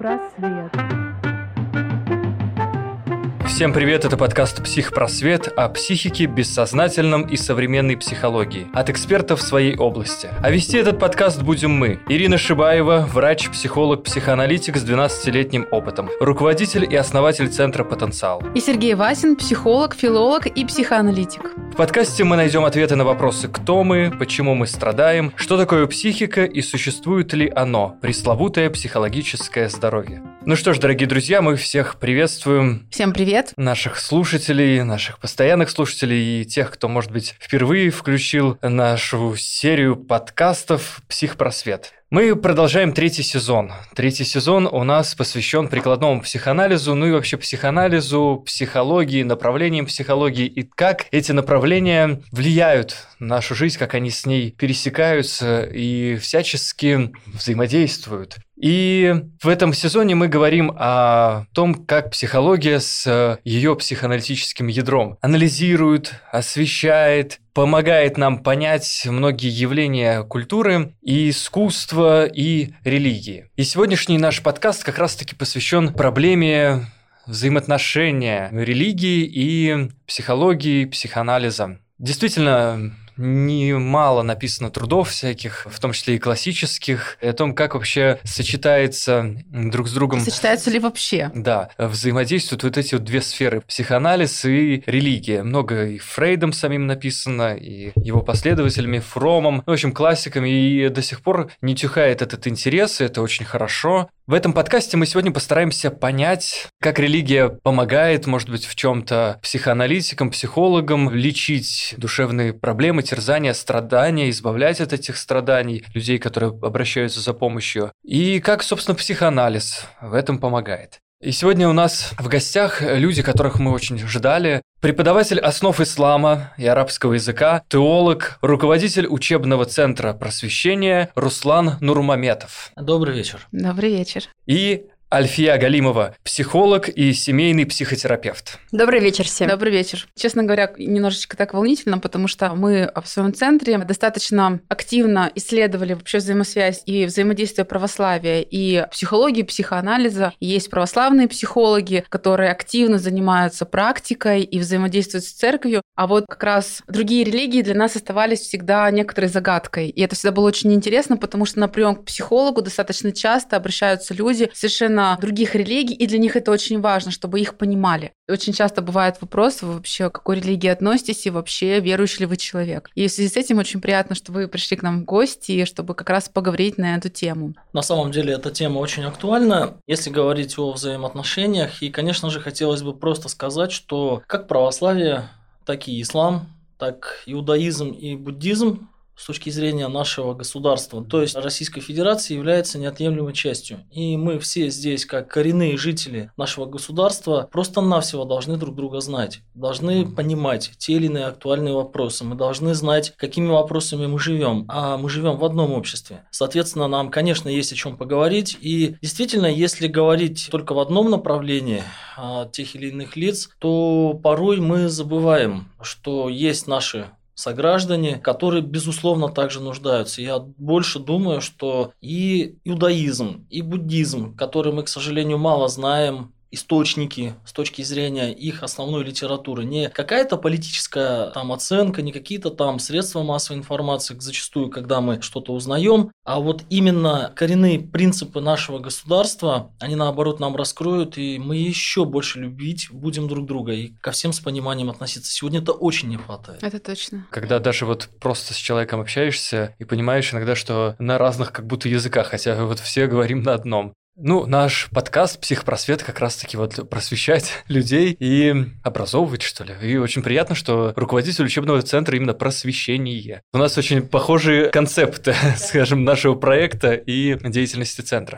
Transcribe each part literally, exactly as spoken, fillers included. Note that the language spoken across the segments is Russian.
Психпросвет. Всем привет, это подкаст «Психпросвет» о психике, бессознательном и современной психологии от экспертов в своей области. А вести этот подкаст будем мы. Ирина Шибаева, врач, психолог, психоаналитик с двенадцатилетним опытом, руководитель и основатель Центра «Потенциал». И Сергей Васин, психолог, филолог и психоаналитик. В подкасте мы найдем ответы на вопросы «Кто мы?», «Почему мы страдаем?», «Что такое психика?» и «Существует ли оно?» Пресловутое психологическое здоровье. Ну что ж, дорогие друзья, мы всех приветствуем. Всем привет. Наших слушателей, наших постоянных слушателей и тех, кто, может быть, впервые включил нашу серию подкастов «Психпросвет». Мы продолжаем третий сезон. Третий сезон у нас посвящен прикладному психоанализу, ну и вообще психоанализу, психологии, направлениям психологии и как эти направления влияют на нашу жизнь, как они с ней пересекаются и всячески взаимодействуют. И в этом сезоне мы говорим о том, как психология с ее психоаналитическим ядром анализирует, освещает, помогает нам понять многие явления культуры и искусства и религии. И сегодняшний наш подкаст как раз-таки посвящен проблеме взаимоотношения религии и психологии, психоанализа. Действительно, немало написано трудов всяких, в том числе и классических, о том, как вообще сочетается друг с другом... Сочетаются ли вообще? Да, взаимодействуют вот эти вот две сферы – психоанализ и религия. Много и Фрейдом самим написано, и его последователями, Фромом, в общем, классиками, и до сих пор не тюхает этот интерес, и это очень хорошо. В этом подкасте мы сегодня постараемся понять, как религия помогает, может быть, в чем-то психоаналитикам, психологам лечить душевные проблемы, терзания, страдания, избавлять от этих страданий людей, которые обращаются за помощью. И как, собственно, психоанализ в этом помогает. И сегодня у нас в гостях люди, которых мы очень ждали. Преподаватель основ ислама и арабского языка, теолог, руководитель учебного центра просвещения Руслан Нурмаметов. Добрый вечер. Добрый вечер. И Альфия Галимова, психолог и семейный психотерапевт. Добрый вечер всем. Добрый вечер. Честно говоря, немножечко так волнительно, потому что мы в своем центре достаточно активно исследовали вообще взаимосвязь и взаимодействие православия и психологии, психоанализа. И есть православные психологи, которые активно занимаются практикой и взаимодействуют с церковью. А вот как раз другие религии для нас оставались всегда некоторой загадкой. И это всегда было очень интересно, потому что на прием к психологу достаточно часто обращаются люди совершенно других религий, и для них это очень важно, чтобы их понимали. Очень часто бывает вопрос, вы вообще к какой религии относитесь и вообще верующий ли вы человек. И в связи с этим очень приятно, что вы пришли к нам в гости, чтобы как раз поговорить на эту тему. На самом деле эта тема очень актуальна, если говорить о взаимоотношениях. И, конечно же, хотелось бы просто сказать, что как православие, так и ислам, так и иудаизм и буддизм с точки зрения нашего государства, то есть Российской Федерации, является неотъемлемой частью. И мы все здесь, как коренные жители нашего государства, просто-навсего должны друг друга знать, должны понимать те или иные актуальные вопросы, мы должны знать, какими вопросами мы живем, а мы живем в одном обществе. Соответственно, нам, конечно, есть о чем поговорить, и действительно, если говорить только в одном направлении о тех или иных лиц, то порой мы забываем, что есть наши сограждане, которые, безусловно, также нуждаются. Я больше думаю, что и иудаизм, и буддизм, которые мы, к сожалению, мало знаем, источники с точки зрения их основной литературы, не какая-то политическая там оценка, не какие-то там средства массовой информации, зачастую, когда мы что-то узнаем, а вот именно коренные принципы нашего государства, они наоборот нам раскроют, и мы еще больше любить будем друг друга и ко всем с пониманием относиться. Сегодня это очень не хватает. Это точно. Когда даже вот просто с человеком общаешься и понимаешь иногда, что на разных как будто языках, хотя вот все говорим на одном. Ну, наш подкаст «Психпросвет» как раз-таки вот просвещать людей и образовывать, что ли. И очень приятно, что руководитель учебного центра именно просвещение. У нас очень похожие концепты, скажем, нашего проекта и деятельности центра.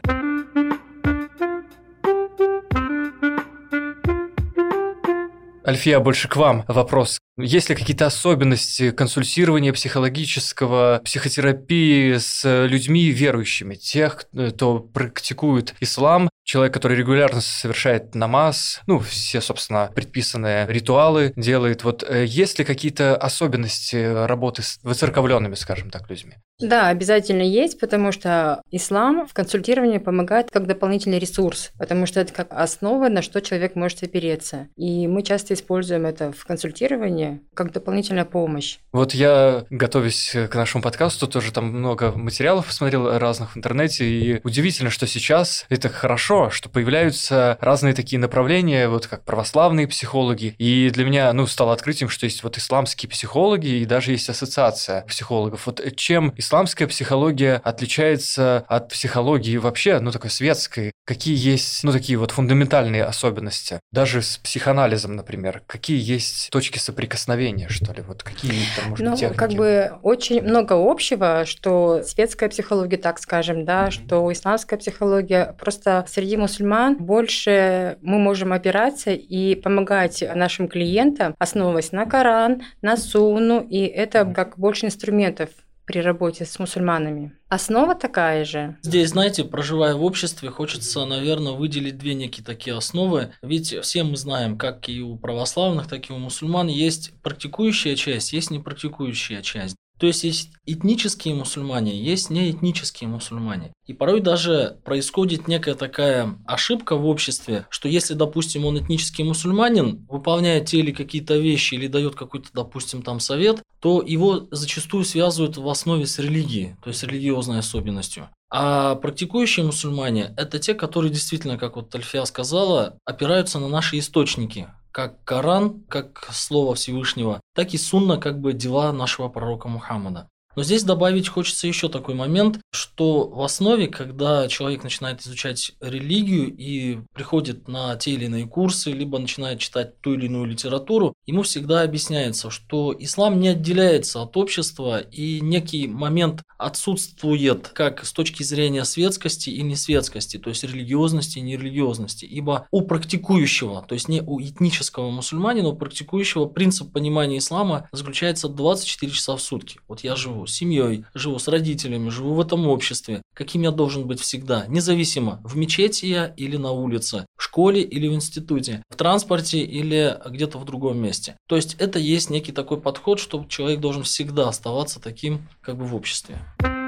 Альфия, больше к вам вопрос. Есть ли какие-то особенности консультирования психологического, психотерапии с людьми верующими, тех, кто практикует ислам, человек, который регулярно совершает намаз, ну, все, собственно, предписанные ритуалы делает. Вот есть ли какие-то особенности работы с выцерковленными, скажем так, людьми? Да, обязательно есть, потому что ислам в консультировании помогает как дополнительный ресурс, потому что это как основа, на что человек может опереться. И мы часто используем это в консультировании как дополнительная помощь. Вот я, готовясь к нашему подкасту, тоже там много материалов посмотрел разных в интернете, и удивительно, что сейчас это хорошо, что появляются разные такие направления, вот как православные психологи, и для меня, ну, стало открытием, что есть вот исламские психологи, и даже есть ассоциация психологов. Вот чем исламская психология отличается от психологии вообще, ну, такой светской? Какие есть, ну, такие вот фундаментальные особенности? Даже с психоанализом, например. Какие есть точки соприкосновения, что ли? Вот какие там, может ну, быть, техники? Как бы очень много общего, что светская психология, так скажем, да, mm-hmm. что исламская психология. Просто среди мусульман больше мы можем опираться и помогать нашим клиентам, основываясь на Коран, на Сунну, и это mm-hmm. как больше инструментов при работе с мусульманами. Основа такая же. Здесь, знаете, проживая в обществе, хочется, наверное, выделить две некие такие основы. Ведь все мы знаем, как и у православных, так и у мусульман есть практикующая часть, есть непрактикующая часть. То есть есть этнические мусульмане, есть неэтнические мусульмане. И порой даже происходит некая такая ошибка в обществе, что если, допустим, он этнический мусульманин, выполняет те или какие-то вещи или дает какой-то, допустим, там совет, то его зачастую связывают в основе с религией, то есть религиозной особенностью. А практикующие мусульмане – это те, которые действительно, как вот Альфия сказала, опираются на наши источники. Как Коран, как Слово Всевышнего, так и Сунна, как бы дела нашего пророка Мухаммада. Но здесь добавить хочется еще такой момент, что в основе, когда человек начинает изучать религию и приходит на те или иные курсы, либо начинает читать ту или иную литературу, ему всегда объясняется, что ислам не отделяется от общества и некий момент отсутствует как с точки зрения светскости и несветскости, то есть религиозности и нерелигиозности. Ибо у практикующего, то есть не у этнического мусульманина, у практикующего принцип понимания ислама заключается двадцать четыре часа в сутки. Вот я живу с семьей, живу с родителями, живу в этом обществе. Каким я должен быть всегда, независимо, в мечети я или на улице, в школе или в институте, в транспорте или где-то в другом месте. То есть это есть некий такой подход, что человек должен всегда оставаться таким, как бы в обществе.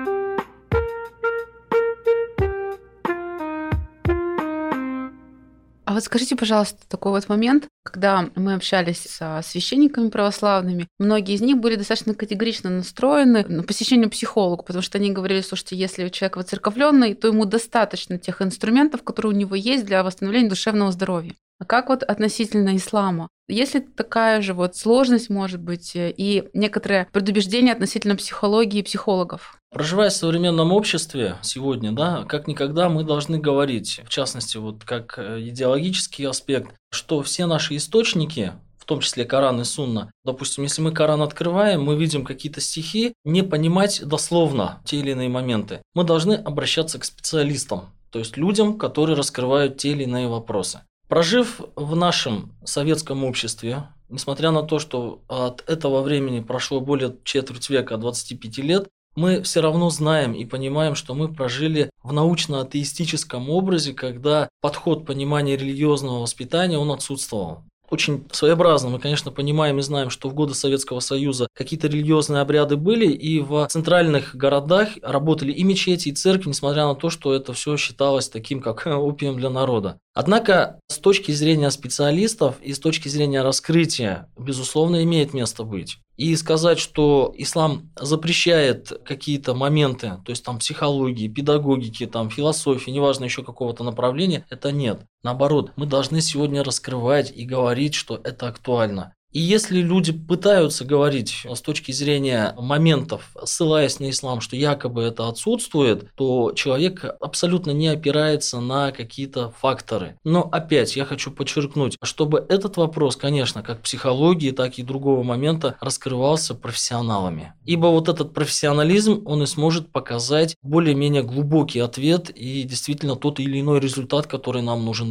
А вот скажите, пожалуйста, такой вот момент, когда мы общались со священниками православными, многие из них были достаточно категорично настроены на посещение психолога, потому что они говорили, слушайте, если человек воцерковленный, то ему достаточно тех инструментов, которые у него есть для восстановления душевного здоровья. А как вот относительно ислама? Есть ли такая же вот сложность, может быть, и некоторое предубеждение относительно психологии и психологов? Проживая в современном обществе сегодня, да, как никогда мы должны говорить, в частности, вот как идеологический аспект, что все наши источники, в том числе Коран и Сунна, допустим, если мы Коран открываем, мы видим какие-то стихи, не понимать дословно те или иные моменты. Мы должны обращаться к специалистам, то есть людям, которые раскрывают те или иные вопросы. Прожив в нашем советском обществе, несмотря на то, что от этого времени прошло более четверть века, двадцати пяти лет, мы все равно знаем и понимаем, что мы прожили в научно-атеистическом образе, когда подход понимания религиозного воспитания, он отсутствовал. Очень своеобразно. Мы, конечно, понимаем и знаем, что в годы Советского Союза какие-то религиозные обряды были, и в центральных городах работали и мечети, и церкви, несмотря на то, что это все считалось таким, как опиум для народа. Однако, с точки зрения специалистов и с точки зрения раскрытия, безусловно, имеет место быть. И сказать, что ислам запрещает какие-то моменты, то есть там психологии, педагогики, там философии, неважно еще какого-то направления, это нет. Наоборот, мы должны сегодня раскрывать и говорить, что это актуально. И если люди пытаются говорить с точки зрения моментов, ссылаясь на ислам, что якобы это отсутствует, то человек абсолютно не опирается на какие-то факторы. Но опять я хочу подчеркнуть, чтобы этот вопрос, конечно, как психологии, так и другого момента раскрывался профессионалами. Ибо вот этот профессионализм, он и сможет показать более-менее глубокий ответ и действительно тот или иной результат, который нам нужен быть.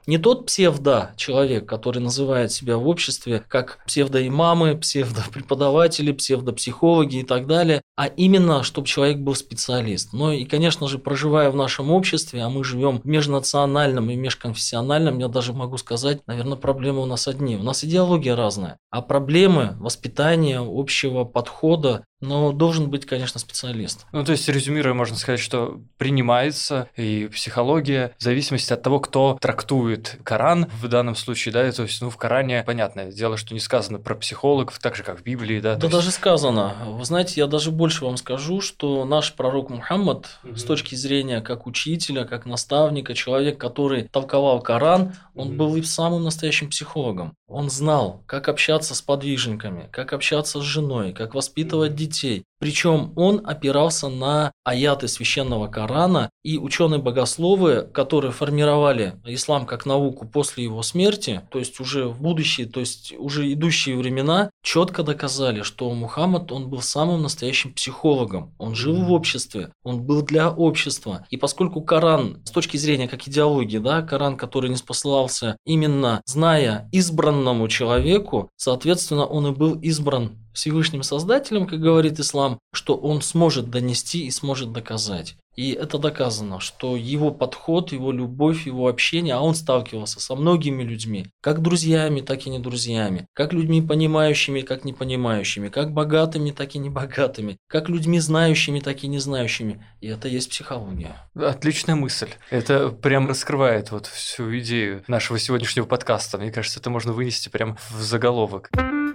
Не тот псевдо-человек, который называет себя в обществе как псевдоимамы, псевдопреподаватели, псевдопсихологи и так далее, а именно, чтобы человек был специалист. Ну и, конечно же, проживая в нашем обществе, а мы живем в межнациональном и межконфессиональном, я даже могу сказать, наверное, проблемы у нас одни. У нас идеология разная, а проблемы воспитания, общего подхода, но должен быть, конечно, специалист. Ну, то есть, резюмируя, можно сказать, что принимается и психология в зависимости от того, кто трактует Коран в данном случае, да, то есть, ну, в Коране, понятное дело, что не сказано про психологов, так же, как в Библии, да. Да есть... даже сказано. Вы знаете, я даже больше вам скажу, что наш пророк Мухаммад, mm-hmm. с точки зрения как учителя, как наставника, человек, который толковал Коран, он mm-hmm. был и самым настоящим психологом. Он знал, как общаться с подвижниками, как общаться с женой, как воспитывать детей. детей. Причем он опирался на аяты священного Корана, и ученые-богословы, которые формировали ислам как науку после его смерти, то есть уже в будущее, то есть уже идущие времена, четко доказали, что Мухаммад, он был самым настоящим психологом. Он жил в обществе, он был для общества. И поскольку Коран, с точки зрения как идеологии, да, Коран, который ниспослался именно зная избранному человеку, соответственно, он и был избран Всевышним Создателем, как говорит ислам, что он сможет донести и сможет доказать. И это доказано, что его подход, его любовь, его общение, а он сталкивался со многими людьми, как друзьями, так и не друзьями, как людьми понимающими, как не понимающими, как богатыми, так и небогатыми, как людьми знающими, так и не знающими. И это есть психология. Отличная мысль. Это прям раскрывает вот всю идею нашего сегодняшнего подкаста. Мне кажется, это можно вынести прям в заголовок.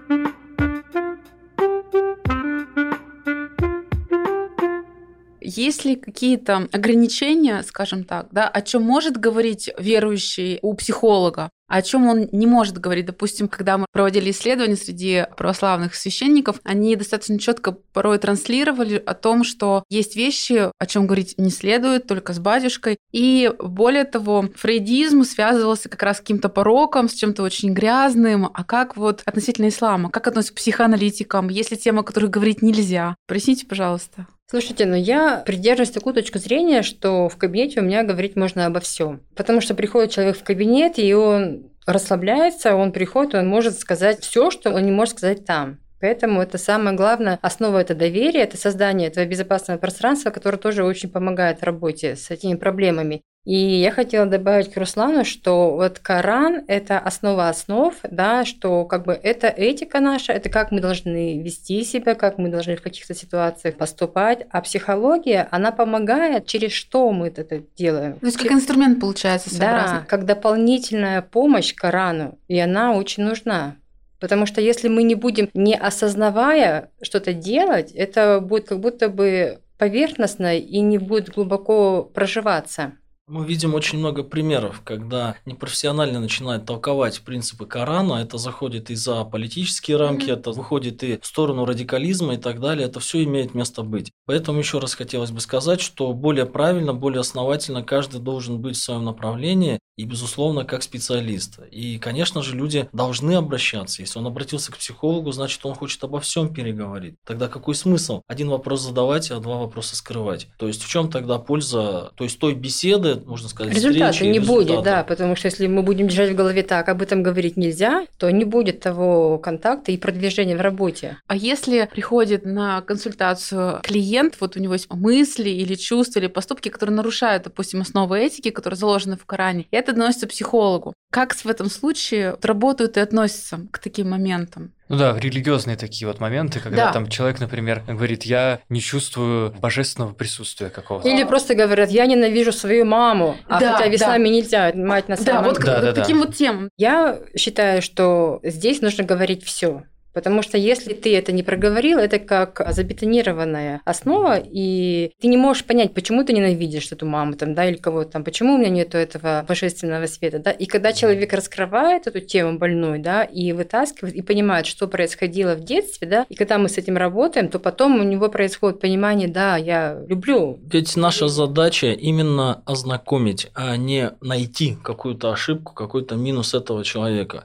Есть ли какие-то ограничения, скажем так, да, о чем может говорить верующий у психолога, а о чем он не может говорить? Допустим, когда мы проводили исследования среди православных священников, они достаточно четко порой транслировали о том, что есть вещи, о чем говорить не следует, только с батюшкой. И более того, фрейдизм связывался как раз с каким-то пороком, с чем-то очень грязным. А как вот относительно ислама? Как относятся к психоаналитикам? Есть ли темы, о которых говорить нельзя? Поясните, пожалуйста. Слушайте, ну я придерживаюсь такую точку зрения, что в кабинете у меня говорить можно обо всем. Потому что приходит человек в кабинет, и он расслабляется, он приходит, он может сказать все, что он не может сказать там. Поэтому это самое главное, основа это доверие, это создание этого безопасного пространства, которое тоже очень помогает в работе с этими проблемами. И я хотела добавить к Руслану, что вот Коран – это основа основ, да, что как бы это этика наша, это как мы должны вести себя, как мы должны в каких-то ситуациях поступать, а психология, она помогает, через что мы это делаем. То есть как инструмент получается своеобразный. Да, как дополнительная помощь Корану, и она очень нужна. Потому что если мы не будем, не осознавая что-то делать, это будет как будто бы поверхностно и не будет глубоко проживаться. Мы видим очень много примеров, когда непрофессионально начинают толковать принципы Корана, это заходит и за политические рамки, mm-hmm. это выходит и в сторону радикализма и так далее, это все имеет место быть. Поэтому еще раз хотелось бы сказать, что более правильно, более основательно каждый должен быть в своем направлении и, безусловно, как специалист. И, конечно же, люди должны обращаться. Если он обратился к психологу, значит, он хочет обо всем переговорить. Тогда какой смысл? Один вопрос задавать, а два вопроса скрывать. То есть в чем тогда польза, то есть той беседы, можно сказать, результата не результата. будет, да, потому что если мы будем держать в голове так, об этом говорить нельзя, то не будет того контакта и продвижения в работе. А если приходит на консультацию клиент, вот у него есть мысли или чувства, или поступки, которые нарушают, допустим, основы этики, которые заложены в Коране, и это доносится психологу. Как в этом случае работают и относятся к таким моментам? Ну да, религиозные такие вот моменты, когда да. там человек, например, говорит, я не чувствую божественного присутствия какого-то. Или просто говорят, я ненавижу свою маму, а да, хотя в исламе да. нельзя мать на самом да, вот, да, вот да, таким да. вот темам. Я считаю, что здесь нужно говорить все. Потому что если ты это не проговорил, это как забетонированная основа, и ты не можешь понять, почему ты ненавидишь эту маму там, да, или кого-то там, почему у меня нету этого божественного света. Да? И когда человек раскрывает эту тему больной, да, и вытаскивает, и понимает, что происходило в детстве, да, и когда мы с этим работаем, то потом у него происходит понимание, да, я люблю. Ведь наша задача именно ознакомить, а не найти какую-то ошибку, какой-то минус этого человека. И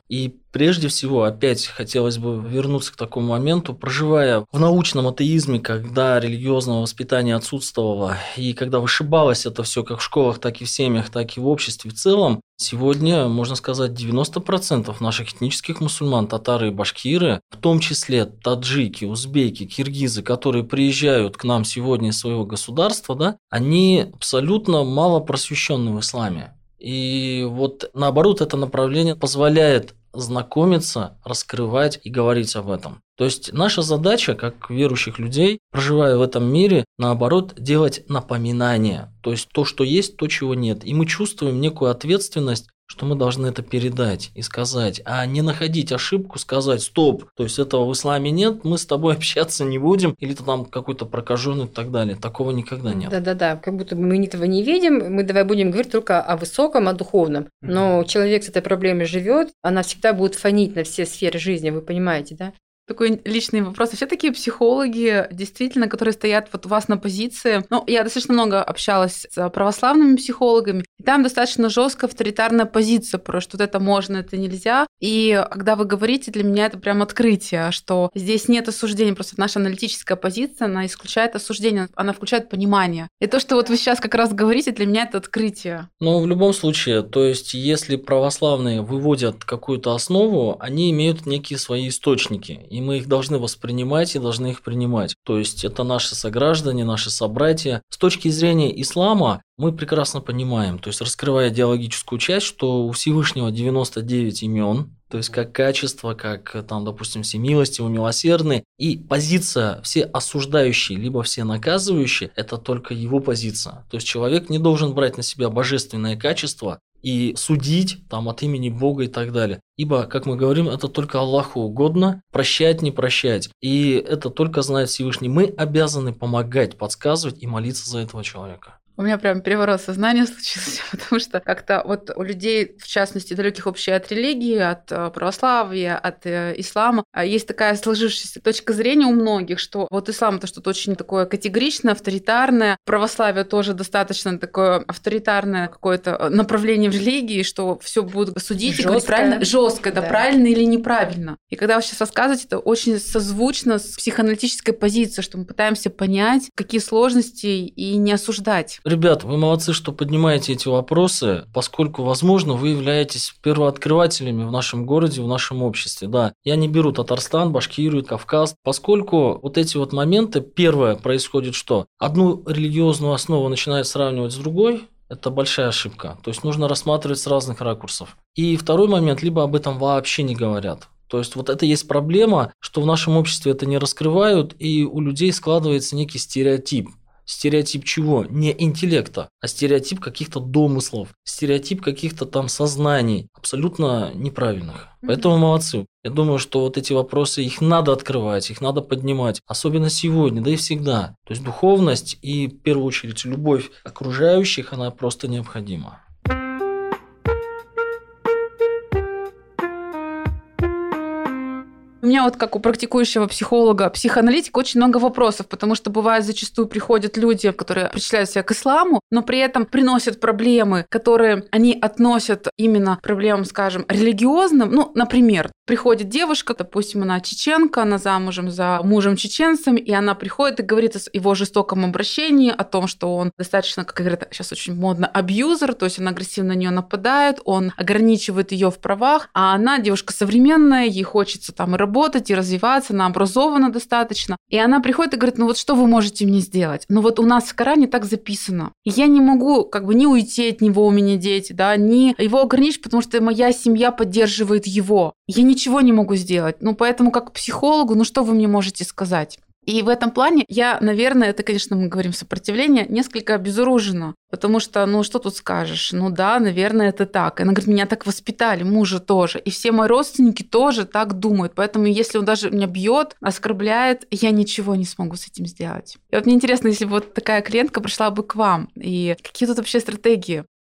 Прежде всего, опять хотелось бы вернуться к такому моменту, проживая в научном атеизме, когда религиозного воспитания отсутствовало, и когда вышибалось это все как в школах, так и в семьях, так и в обществе в целом, сегодня, можно сказать, девяносто процентов наших этнических мусульман, татары и башкиры, в том числе таджики, узбеки, киргизы, которые приезжают к нам сегодня из своего государства, да, они абсолютно мало просвещены в исламе. И вот наоборот, это направление позволяет знакомиться, раскрывать и говорить об этом. То есть наша задача, как верующих людей, проживая в этом мире, наоборот, делать напоминания. То есть то, что есть, то, чего нет. И мы чувствуем некую ответственность, что мы должны это передать и сказать, а не находить ошибку, сказать «стоп», то есть этого в исламе нет, мы с тобой общаться не будем, или ты там какой-то прокаженный и так далее. Такого никогда нет. Да-да-да, как будто мы этого не видим, мы давай будем говорить только о высоком, о духовном. Но mm-hmm. человек с этой проблемой живет, она всегда будет фонить на все сферы жизни, вы понимаете, да? Такой личный вопрос. Все такие психологи, действительно, которые стоят вот у вас на позиции. Ну, я достаточно много общалась с православными психологами, и там достаточно жесткая авторитарная позиция, про что вот это можно, это нельзя. И когда вы говорите, для меня это прям открытие, что здесь нет осуждения, просто наша аналитическая позиция, она исключает осуждение, она включает понимание. И то, что вот вы сейчас как раз говорите, для меня это открытие. Ну, в любом случае, то есть, если православные выводят какую-то основу, они имеют некие свои источники. И мы их должны воспринимать и должны их принимать. То есть это наши сограждане, наши собратья. С точки зрения ислама мы прекрасно понимаем, то есть раскрывая идеологическую часть, что у Всевышнего девяносто девять имен, то есть как качество, как там, допустим, всемилостивый, милосердный. И позиция все осуждающие, либо все наказывающие, это только его позиция. То есть человек не должен брать на себя божественное качество и судить там от имени Бога и так далее. Ибо, как мы говорим, это только Аллаху угодно, прощать, не прощать. И это только знает Всевышний. Мы обязаны помогать, подсказывать и молиться за этого человека. У меня прям переворот сознания случился, потому что как-то вот у людей, в частности, далеких вообще от религии, от православия, от ислама, есть такая сложившаяся точка зрения у многих, что вот ислам это что-то очень такое категоричное, авторитарное, православие тоже достаточно такое авторитарное какое-то направление в религии, что все будут судить и говорить правильно, жестко, это да. правильно или неправильно. И когда вы сейчас рассказываете, это очень созвучно с психоаналитической позицией, что мы пытаемся понять, какие сложности и не осуждать. Ребят, вы молодцы, что поднимаете эти вопросы, поскольку, возможно, вы являетесь первооткрывателями в нашем городе, в нашем обществе. Да, я не беру Татарстан, Башкирию, Кавказ, поскольку вот эти вот моменты, первое, происходит что? Одну религиозную основу начинают сравнивать с другой, это большая ошибка. То есть нужно рассматривать с разных ракурсов. И второй момент, либо об этом вообще не говорят. То есть вот это есть проблема, что в нашем обществе это не раскрывают, и у людей складывается некий стереотип. Стереотип чего? Не интеллекта, а стереотип каких-то домыслов, стереотип каких-то там сознаний, абсолютно неправильных. Поэтому молодцы. Я думаю, что вот эти вопросы, их надо открывать, их надо поднимать, особенно сегодня, да и всегда. То есть духовность и, в первую очередь, любовь окружающих, она просто необходима. У меня вот как у практикующего психолога, психоаналитика очень много вопросов, потому что бывает зачастую приходят люди, которые причисляют себя к исламу, но при этом приносят проблемы, которые они относят именно к проблемам, скажем, религиозным. Ну, например, приходит девушка, допустим, она чеченка, она замужем за мужем-чеченцем, и она приходит и говорит о его жестоком обращении, о том, что он достаточно, как говорят, сейчас очень модно, абьюзер, то есть он агрессивно на нее нападает, он ограничивает ее в правах, а она девушка современная, ей хочется там и работать, и развиваться, она образована достаточно. И она приходит и говорит, ну вот что вы можете мне сделать? Ну вот у нас в Коране так записано. И я не могу как бы ни уйти от него, у меня дети, да, ни его ограничить, потому что моя семья поддерживает его. Я ничего не могу сделать. Ну поэтому как психологу, ну что вы мне можете сказать? И в этом плане я, наверное, это, конечно, мы говорим сопротивление, несколько обезоружена. Потому что, ну, что тут скажешь? Ну да, наверное, это так. И она говорит, меня так воспитали, мужа тоже. И все мои родственники тоже так думают. Поэтому если он даже меня бьет, оскорбляет, я ничего не смогу с этим сделать. И вот мне интересно, если бы вот такая клиентка пришла бы к вам, и какие тут вообще стратегии?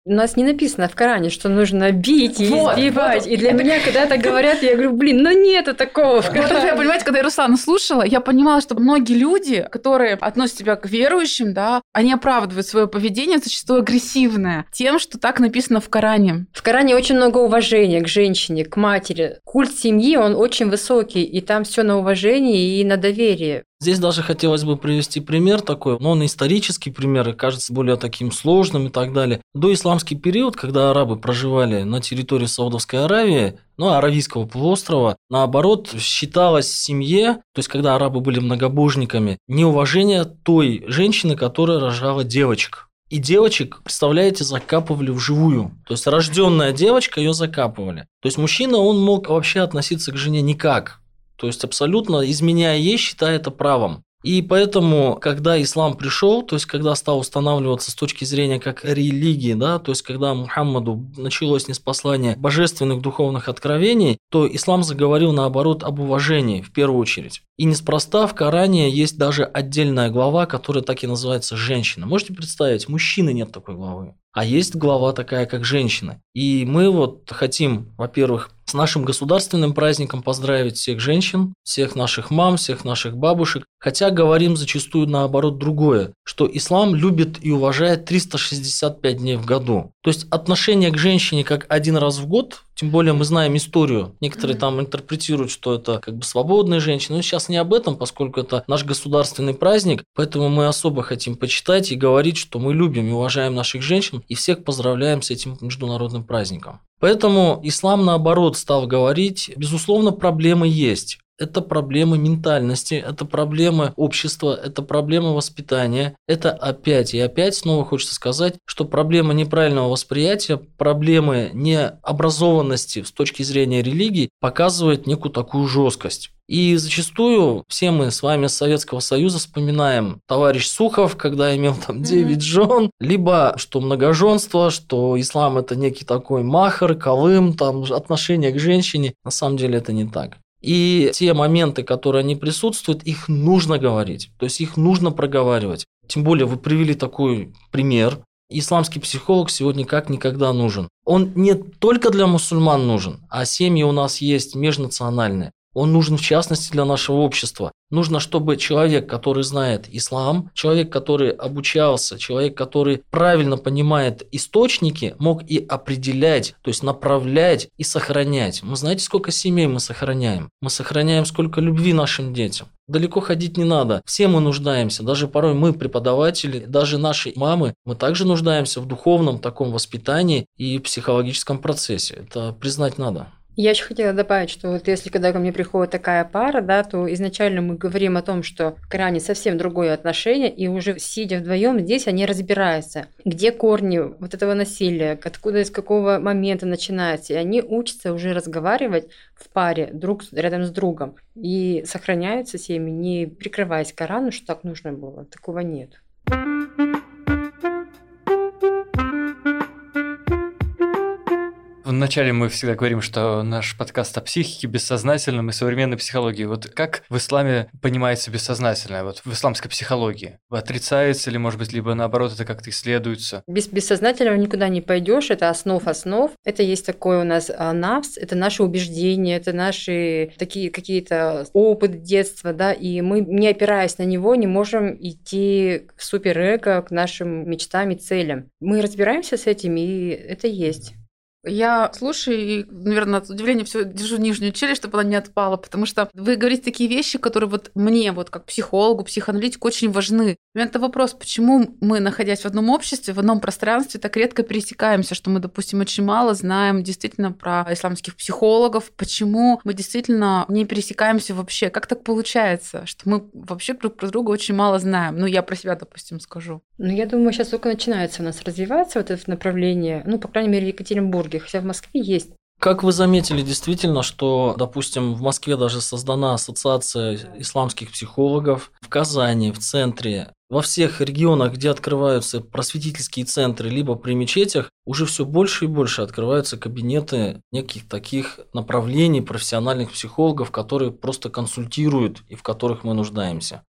У нас не написано в Коране, что нужно бить и Вот, избивать. вот. И для меня, когда это говорят, я говорю, блин, ну нету такого в Вот это, Коране. понимаете, когда я Руслана слушала, я понимала, что многие люди, которые относят себя к верующим, да, они оправдывают свое поведение, зачастую агрессивное, тем, что так написано в Коране. В Коране очень много уважения к женщине, к матери. Культ семьи, он очень высокий, и там все на уважении и на доверии. Здесь даже хотелось бы привести пример такой, но он исторический пример и кажется более таким сложным и так далее. Доисламский период, когда арабы проживали на территории Саудовской Аравии, ну, Аравийского полуострова, наоборот, считалось в семье, то есть когда арабы были многобожниками, неуважение той женщины, которая рожала девочек. И девочек, представляете, закапывали вживую. То есть рожденная девочка, ее закапывали. То есть мужчина, он мог вообще относиться к жене никак. То есть абсолютно, изменяя ей, считая это правом. И поэтому, когда ислам пришел, то есть когда стал устанавливаться с точки зрения как религии, да, то есть когда Мухаммаду началось ниспослание божественных духовных откровений, то ислам заговорил наоборот об уважении в первую очередь. И неспроста в Коране есть даже отдельная глава, которая так и называется «Женщина». Можете представить, мужчины нет такой главы, а есть глава такая, как «Женщина». И мы вот хотим, во-первых, с нашим государственным праздником поздравить всех женщин, всех наших мам, всех наших бабушек, хотя говорим зачастую наоборот другое, что ислам любит и уважает триста шестьдесят пять дней в году. То есть отношение к женщине как один раз в год, тем более мы знаем историю, некоторые там интерпретируют, что это как бы свободные женщины, но сейчас не об этом, поскольку это наш государственный праздник, поэтому мы особо хотим почитать и говорить, что мы любим и уважаем наших женщин и всех поздравляем с этим международным праздником. Поэтому ислам, наоборот, стал говорить, безусловно, проблемы есть. Это проблемы ментальности, это проблемы общества, это проблемы воспитания. Это опять и опять снова хочется сказать, что проблема неправильного восприятия, проблемы необразованности с точки зрения религии показывает некую такую жесткость. И зачастую все мы с вами с Советского Союза вспоминаем товарищ Сухов, когда имел там девять жен, либо что многоженство, что ислам это некий такой махр, колым, там отношение к женщине. На самом деле это не так. И те моменты, которые они присутствуют, их нужно говорить, то есть их нужно проговаривать. Тем более вы привели такой пример. Исламский психолог сегодня как никогда нужен. Он не только для мусульман нужен, а семьи у нас есть межнациональные. Он нужен в частности для нашего общества. Нужно, чтобы человек, который знает ислам, человек, который обучался, человек, который правильно понимает источники, мог и определять, то есть направлять и сохранять. Мы знаете, сколько семей мы сохраняем? Мы сохраняем сколько любви нашим детям. Далеко ходить не надо. Все мы нуждаемся. Даже порой мы, преподаватели, даже наши мамы, мы также нуждаемся в духовном таком воспитании и психологическом процессе. Это признать надо. Я еще хотела добавить, что вот если когда ко мне приходит такая пара, да, то изначально мы говорим о том, что в Коране совсем другое отношение, и уже сидя вдвоем здесь они разбираются, где корни вот этого насилия, откуда, из какого момента начинается, и они учатся уже разговаривать в паре друг рядом с другом и сохраняются семьи, не прикрываясь Корану, что так нужно было. Такого нет. Вначале мы всегда говорим, что наш подкаст о психике, бессознательном и современной психологии. Вот как в исламе понимается бессознательное, вот в исламской психологии? Отрицается или, может быть, либо наоборот это как-то исследуется? Без бессознательного никуда не пойдешь, это основ основ. Это есть такой у нас а, нафс, это наши убеждения, это наши такие какие-то опыт детства, да, и мы, не опираясь на него, не можем идти в суперэго, к нашим мечтам и целям. Мы разбираемся с этим, и это есть. Я слушаю и, наверное, от удивления все держу нижнюю челюсть, чтобы она не отпала, потому что вы говорите такие вещи, которые вот мне, вот как психологу, психоаналитику, очень важны. У меня это вопрос, почему мы, находясь в одном обществе, в одном пространстве, так редко пересекаемся, что мы, допустим, очень мало знаем действительно про исламских психологов, почему мы действительно не пересекаемся вообще, как так получается, что мы вообще друг про друга очень мало знаем. Ну, я про себя, допустим, скажу. Ну, я думаю, сейчас только начинается у нас развиваться вот это направление, ну, по крайней мере, в Екатеринбурге, хотя в Москве есть. Как вы заметили, действительно, что, допустим, в Москве даже создана ассоциация исламских психологов, в Казани, в центре, во всех регионах, где открываются просветительские центры, либо при мечетях, уже все больше и больше открываются кабинеты неких таких направлений профессиональных психологов, которые просто консультируют и в которых мы нуждаемся.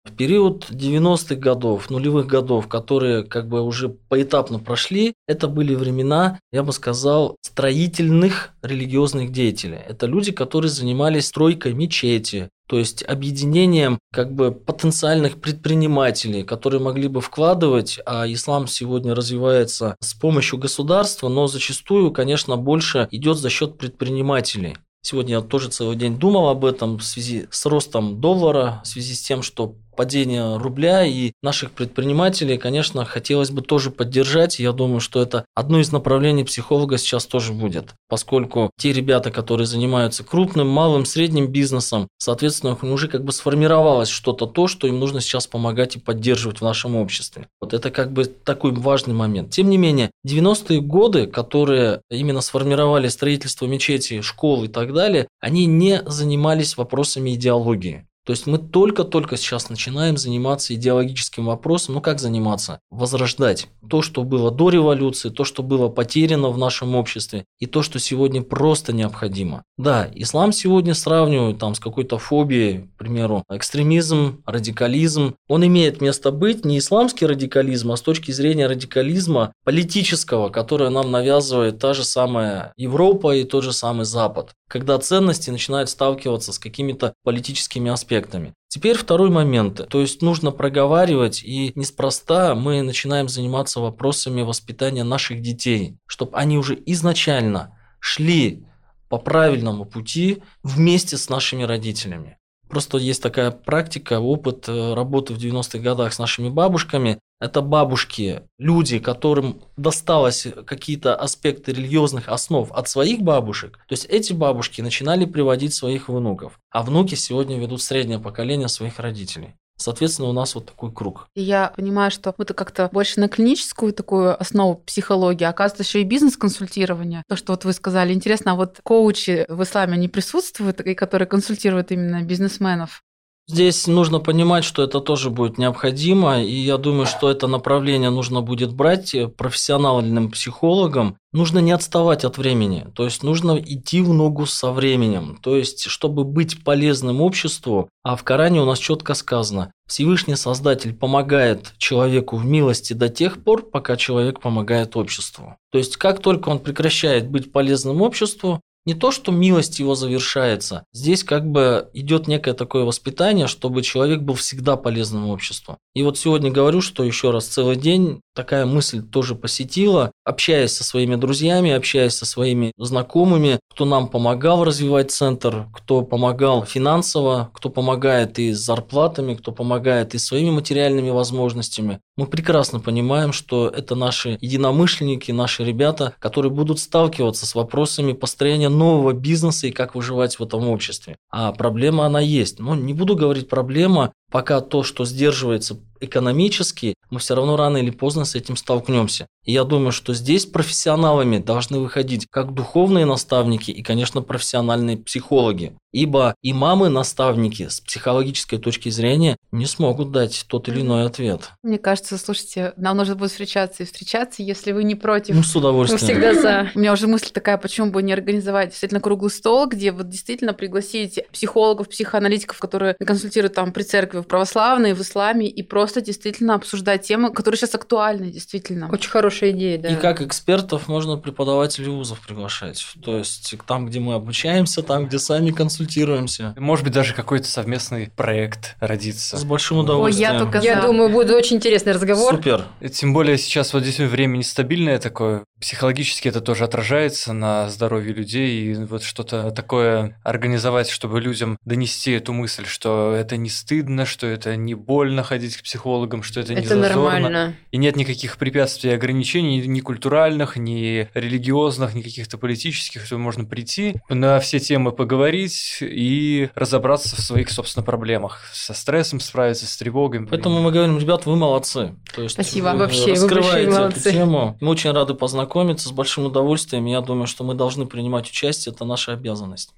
В период девяностых годов, нулевых годов, которые как бы уже поэтапно прошли, это были времена, я бы сказал, строительных религиозных деятелей. Это люди, которые занимались стройкой мечети, то есть объединением как бы потенциальных предпринимателей, которые могли бы вкладывать, а ислам сегодня развивается с помощью государства, но зачастую, конечно, больше идет за счет предпринимателей. Сегодня я тоже целый день думал об этом в связи с ростом доллара, в связи с тем, что падение рубля и наших предпринимателей, конечно, хотелось бы тоже поддержать. Я думаю, что это одно из направлений психолога сейчас тоже будет, поскольку те ребята, которые занимаются крупным, малым, средним бизнесом, соответственно, уже как бы сформировалось что-то то, что им нужно сейчас помогать и поддерживать в нашем обществе. Вот это как бы такой важный момент. Тем не менее, девяностые годы, которые именно сформировали строительство мечети, школ и так далее, они не занимались вопросами идеологии. То есть мы только-только сейчас начинаем заниматься идеологическим вопросом. Ну как заниматься? Возрождать то, что было до революции, то, что было потеряно в нашем обществе, и то, что сегодня просто необходимо. Да, ислам сегодня сравнивают там с какой-то фобией, к примеру, экстремизм, радикализм. Он имеет место быть, не исламский радикализм, а с точки зрения радикализма политического, которое нам навязывает та же самая Европа и тот же самый Запад, когда ценности начинают сталкиваться с какими-то политическими аспектами. Теперь второй момент. То есть нужно проговаривать, и неспроста мы начинаем заниматься вопросами воспитания наших детей, чтобы они уже изначально шли по правильному пути вместе с нашими родителями. Просто есть такая практика, опыт работы в девяностых годах с нашими бабушками. Это бабушки, люди, которым досталось какие-то аспекты религиозных основ от своих бабушек. То есть эти бабушки начинали приводить своих внуков, а внуки сегодня ведут среднее поколение своих родителей. Соответственно, у нас вот такой круг. Я понимаю, что это как-то больше на клиническую такую основу психологии, а оказывается, еще и бизнес-консультирование. То, что вот вы сказали. Интересно, а вот коучи в исламе, они присутствуют, и которые консультируют именно бизнесменов? Здесь нужно понимать, что это тоже будет необходимо, и я думаю, что это направление нужно будет брать профессиональным психологам. Нужно не отставать от времени, то есть нужно идти в ногу со временем, то есть чтобы быть полезным обществу, а в Коране у нас четко сказано, Всевышний Создатель помогает человеку в милости до тех пор, пока человек помогает обществу. То есть как только он прекращает быть полезным обществу, не то, что милость его завершается. Здесь как бы идет некое такое воспитание, чтобы человек был всегда полезным обществу. И вот сегодня говорю, что еще раз целый день такая мысль тоже посетила, общаясь со своими друзьями, общаясь со своими знакомыми, кто нам помогал развивать центр, кто помогал финансово, кто помогает и с зарплатами, кто помогает и своими материальными возможностями. Мы прекрасно понимаем, что это наши единомышленники, наши ребята, которые будут сталкиваться с вопросами построения нового бизнеса и как выживать в этом обществе. А проблема она есть. Но не буду говорить проблема, пока то, что сдерживается экономически, мы все равно рано или поздно с этим столкнемся. И я думаю, что здесь профессионалами должны выходить как духовные наставники и, конечно, профессиональные психологи. Ибо имамы-наставники с психологической точки зрения не смогут дать тот или иной ответ. Мне кажется, слушайте, нам нужно будет встречаться и встречаться, если вы не против. Ну, с удовольствием. Мы всегда за. У меня уже мысль такая, почему бы не организовать действительно круглый стол, где вот действительно пригласить психологов, психоаналитиков, которые консультируют там при церкви в православной, в исламе, и просто действительно обсуждать темы, которые сейчас актуальны, действительно. Очень хорошая идея, да. И как экспертов можно преподавателей вузов приглашать. То есть там, где мы обучаемся, там, где сами консультируемся. Может быть, даже какой-то совместный проект родится. С большим удовольствием. Ой, я только Я за. думаю, будет очень интересный разговор. Супер. Тем более сейчас вот здесь время нестабильное такое. Психологически это тоже отражается на здоровье людей. И вот что-то такое организовать, чтобы людям донести эту мысль, что это не стыдно, что это не больно ходить к психологам, что это не Это зазорно. нормально. И нет никаких препятствий и ограничений, ни культуральных, ни религиозных, ни каких-то политических, что можно прийти, на все темы поговорить и разобраться в своих, собственно, проблемах. Со стрессом справиться, с тревогами. Поэтому мы говорим, ребят, вы молодцы. То есть Спасибо. Вы Вообще, вы раскрываете большие эту молодцы. тему. Мы очень рады познакомиться, с большим удовольствием. Я думаю, что мы должны принимать участие, это наша обязанность.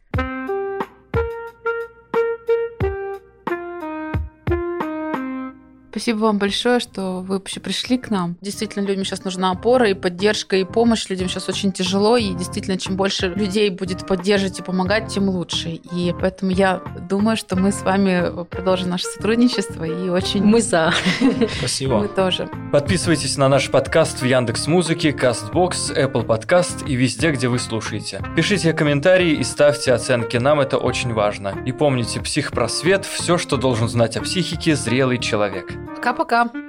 Спасибо вам большое, что вы вообще пришли к нам. Действительно, людям сейчас нужна опора и поддержка, и помощь. Людям сейчас очень тяжело, и действительно, чем больше людей будет поддерживать и помогать, тем лучше. И поэтому я думаю, что мы с вами продолжим наше сотрудничество, и очень... Мы за. Спасибо. Мы тоже. Подписывайтесь на наш подкаст в Яндекс.Музыке, Castbox, Apple Podcast и везде, где вы слушаете. Пишите комментарии и ставьте оценки, нам это очень важно. И помните, психпросвет – все, что должен знать о психике зрелый человек. Пока-пока.